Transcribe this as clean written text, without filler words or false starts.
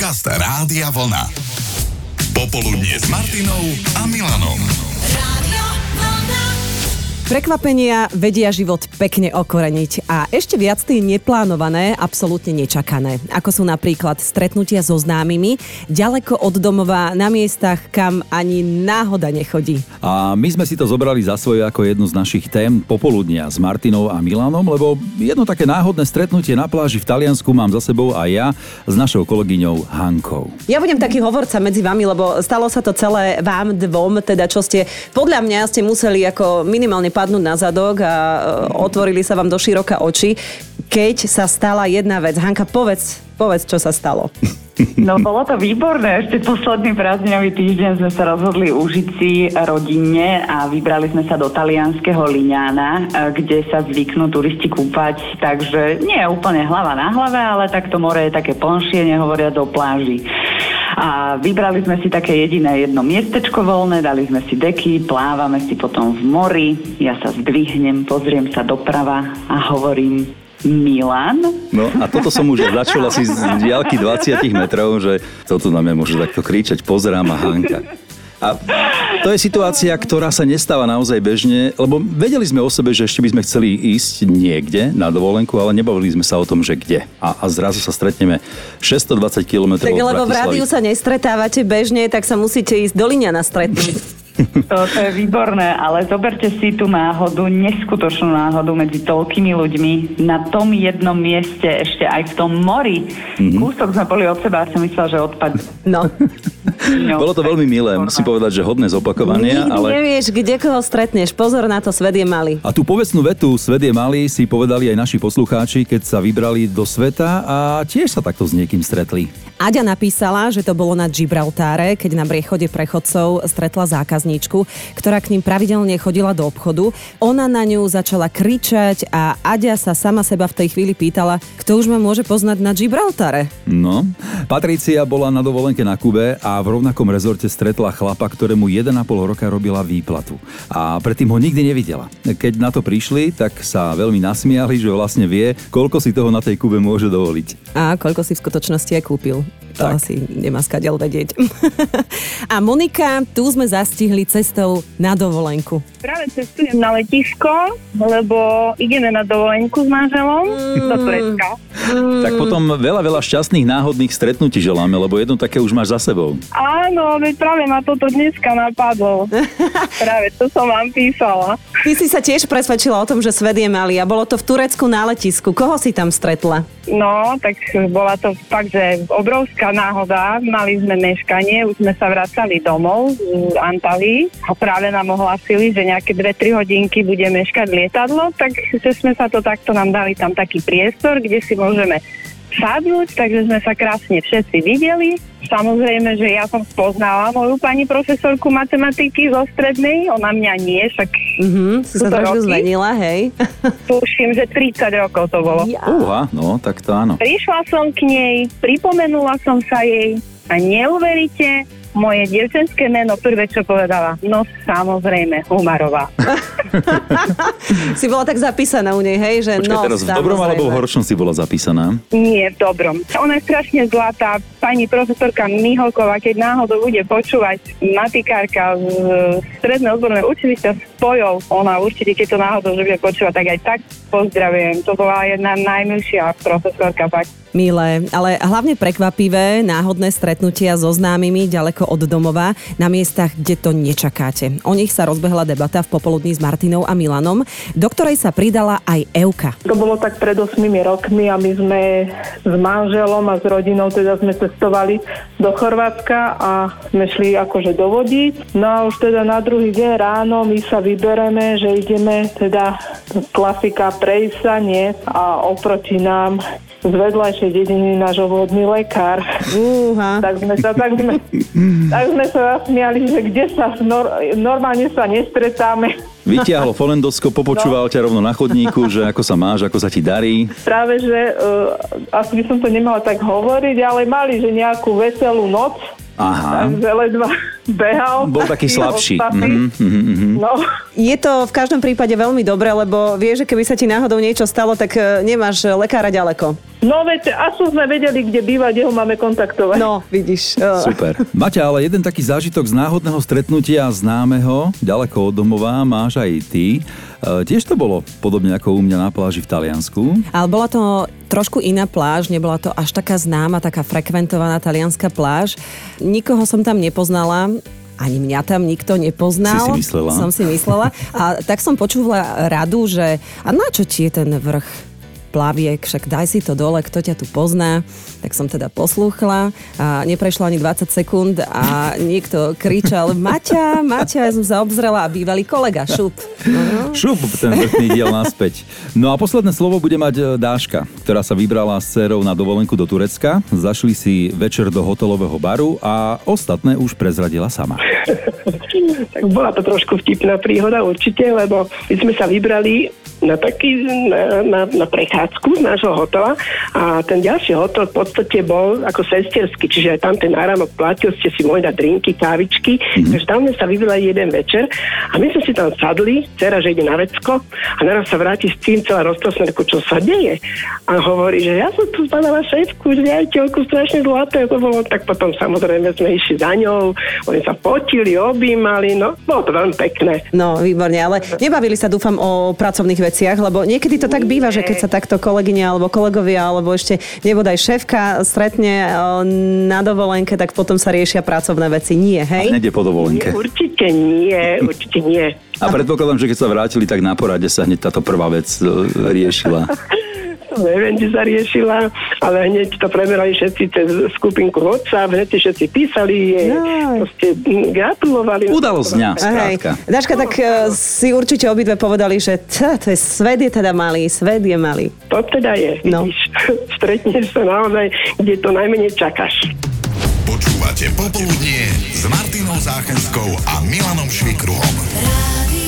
Podcast Rádia Vlna. Popoludnie s Martinou a Milanom. Rádio Vlna. Prekvapenia vedia život pekne okoreniť a ešte viac tie neplánované, absolútne nečakané. Ako sú napríklad stretnutia so známymi, ďaleko od domova, na miestach, kam ani náhoda nechodí. A my sme si to zobrali za svoje ako jednu z našich tém popoludnia s Martinou a Milanom, lebo jedno také náhodné stretnutie na pláži v Taliansku mám za sebou aj ja s našou kolegyňou Hankou. Ja budem taký hovorca medzi vami, lebo stalo sa to celé vám dvom, teda čo ste, podľa mňa ste museli ako minimálne padnúť na zadok a otvorili sa vám do široka oči, keď sa stala jedna vec. Hanka, povedz, čo sa stalo. No, bolo to výborné. Ešte posledný prázdninový týždeň sme sa rozhodli užiť si rodinne a vybrali sme sa do talianskeho Lignana, kde sa zvyknú turisti kúpať, takže nie je úplne hlava na hlave, ale takto more je také plnšie, nehovoriac o pláži. A vybrali sme si také jediné jedno miestečko voľné, dali sme si deky, plávame si potom v mori, ja sa zdvihnem, pozriem sa doprava a hovorím: Milan? No a toto som už začal asi z diaľky 20 metrov, že toto na mňa môže takto kričať, pozerám a Hanka. A to je situácia, ktorá sa nestáva naozaj bežne, lebo vedeli sme o sebe, že ešte by sme chceli ísť niekde na dovolenku, ale nebavili sme sa o tom, že kde. A zrazu sa stretneme 620 km od Bratislavy. Tak lebo v rádiu sa nestretávate bežne, tak sa musíte ísť do Lignana stretnúť. To je výborné, ale zoberte si tú náhodu, neskutočnú náhodu medzi toľkými ľuďmi na tom jednom mieste, ešte aj v tom mori. Kúsok sme boli od seba a som myslela, že odpadne. No. Bolo to veľmi milé, musím povedať, že hodné zopakovania. Nikdy nevieš, kde koho stretneš. Pozor na to, svet je malý. A tú povestnú vetu "svet je malý" si povedali aj naši poslucháči, keď sa vybrali do sveta a tiež sa takto s niekým stretli. Aďa napísala, že to bolo na Gibraltáre, keď na priechode prechodcov stretla zákazníčku, ktorá k ním pravidelne chodila do obchodu. Ona na ňu začala kričať a Aďa sa sama seba v tej chvíli pýtala, kto už ma môže poznať na Gibraltáre. No, Patricia bola na dovolenke na Kube a v rovnakom rezorte stretla chlapa, ktorému 1,5 roka robila výplatu. A predtým ho nikdy nevidela. Keď na to prišli, tak sa veľmi nasmiali, že vlastne vie, koľko si toho na tej Kube môže dovoliť. A koľko si v skutočnosti aj kúpil. To Tak. asi nemá skadiaľ vedieť. A Monika, tu sme zastihli cestou na dovolenku. Práve cestujem na letisko, lebo ideme na dovolenku s manželom do Turecka. Tak potom veľa šťastných náhodných stretnutí želáme, lebo jedno také už máš za sebou. Áno, veď práve ma toto dneska napadlo. Práve to som vám písala. Ty si sa tiež presvedčila o tom, že svet je malý a bolo to v Turecku na letisku. Koho si tam stretla? No, tak bola to fakt, že obrovská náhoda. Mali sme meškanie, už sme sa vracali domov z Antalii a práve nám ohlasili, že nejaké 2-3 hodinky bude meškať lietadlo, takže sme sa to takto, nám dali tam taký priestor, kde si môžeme sadnúť, takže sme sa krásne všetci videli. Samozrejme, že ja som spoznala moju pani profesorku matematiky zo strednej, ona mňa nie, však Si sa trošku zmenila, hej? tuším, že 30 rokov to bolo. Uha, no, tak to áno. Prišla som k nej, pripomenula som sa jej a neuveríte, moje dievčenské meno prvé, čo povedala, no samozrejme, Humarová. Si bola tak zapísaná u nej, hej? Že Počkaj, teraz v dobrom alebo v horšom si bola zapísaná? Nie, v dobrom. Ona je strašne zlatá. Pani profesorka Miholková, keď náhodou bude počúvať, matikárka z stredného odborného učilišťa Spojov, ona určite, keď to náhodou že bude počúvať, tak aj tak pozdravujem. To bola jedna najmilšia profesorka fakt. Milé, ale hlavne prekvapivé náhodné stretnutia so známymi ďaleko od domova na miestach, kde to nečakáte. O nich sa rozbehla debata v popoludní s Martinou a Milanom, do ktorej sa pridala aj Evka. To bolo tak pred 8 rokmi a my sme s manželom a s rodinou teda sme cestovali do Chorvátska a sme šli akože do vody. No a už teda na druhý deň ráno my sa vybereme, že ideme teda klasika prejsť sa, nie? A oproti nám z vedľajšej dediny náš obvodný lekár. Tak sme sa zasmiali, že kde sa normálne sa nestretáme. Vytiahlo folendoskop, popočúval ťa rovno na chodníku, že ako sa máš, ako sa ti darí. Práve, že asi by som to nemala tak hovoriť, ale mali, že nejakú veselú noc. Aha. Takže behal. Bol taký slabší. No. Je to v každom prípade veľmi dobré, lebo vieš, že keby sa ti náhodou niečo stalo, tak nemáš lekára ďaleko. No veď, aspoň sme vedeli, kde býva, kde ho máme kontaktovať. No, vidíš. Super. Maťa, ale jeden taký zážitok z náhodného stretnutia známeho, ďaleko od domova, máš aj ty. Tiež to bolo podobne ako u mňa na pláži v Taliansku. Ale bola to trošku iná pláž, nebola to až taká známa, taká frekventovaná talianská pláž. Nikoho som tam nepoznala, ani mňa tam nikto nepoznal. Si myslela? Som si myslela. A tak som počúvala radu, že a na čo ti je ten vrch plaviek, však daj si to dole, kto ťa tu pozná. Tak som teda poslúchla a neprešlo ani 20 sekúnd a niekto kričal Maťa, ja som sa obzrela a bývalý kolega, šup. Šup, ten vrchný diel naspäť. No a posledné slovo bude mať Dáška, ktorá sa vybrala s dcerou na dovolenku do Turecka. Zašli si večer do hotelového baru a ostatné už prezradila sama. Tak bola to trošku vtipná príhoda určite, lebo my sme sa vybrali na prechádzku z nášho hotela a ten ďalší hotel v podstate bol ako sesterský, čiže aj tam ten náramok platil, ste si mohli dať drinky, kávičky, takže tam sme sa vybrali jeden večer a my sme si tam sadli, dcera, že ide na vecko a naraz sa vráti s tým celá rozprosná, čo sa deje a hovorí, že ja som tu spadala šéfku, že riaditeľku strašne zlaté, tak potom samozrejme sme išli za ňou, oni sa potili, objímali, no bolo to veľmi pekné. No, výborne, ale nebavili sa, dúfam, o pracovných veciach, lebo niekedy to tak býva, že keď sa takto kolegyne alebo kolegovia, alebo ešte nebodaj šéfka stretne na dovolenke, tak potom sa riešia pracovné veci. Nie, hej? Nejde po dovolenke. Určite nie. A predpokladám, že keď sa vrátili, tak na porade sa hneď táto prvá vec riešila. Neviem, či sa riešila, ale hneď to preberali všetci cez skupinku WhatsApp, hneď všetci písali, proste gratulovali. Udalosť dňa, skrátka. Dáška, tak si určite obidve povedali, že to je svet je teda malý, svet je malý. To teda je, vidíš, stretneš sa naozaj, kde to najmenej čakáš. Počúvate Popoludnie s Martinou Záchenskou a Milanom Švikruhom.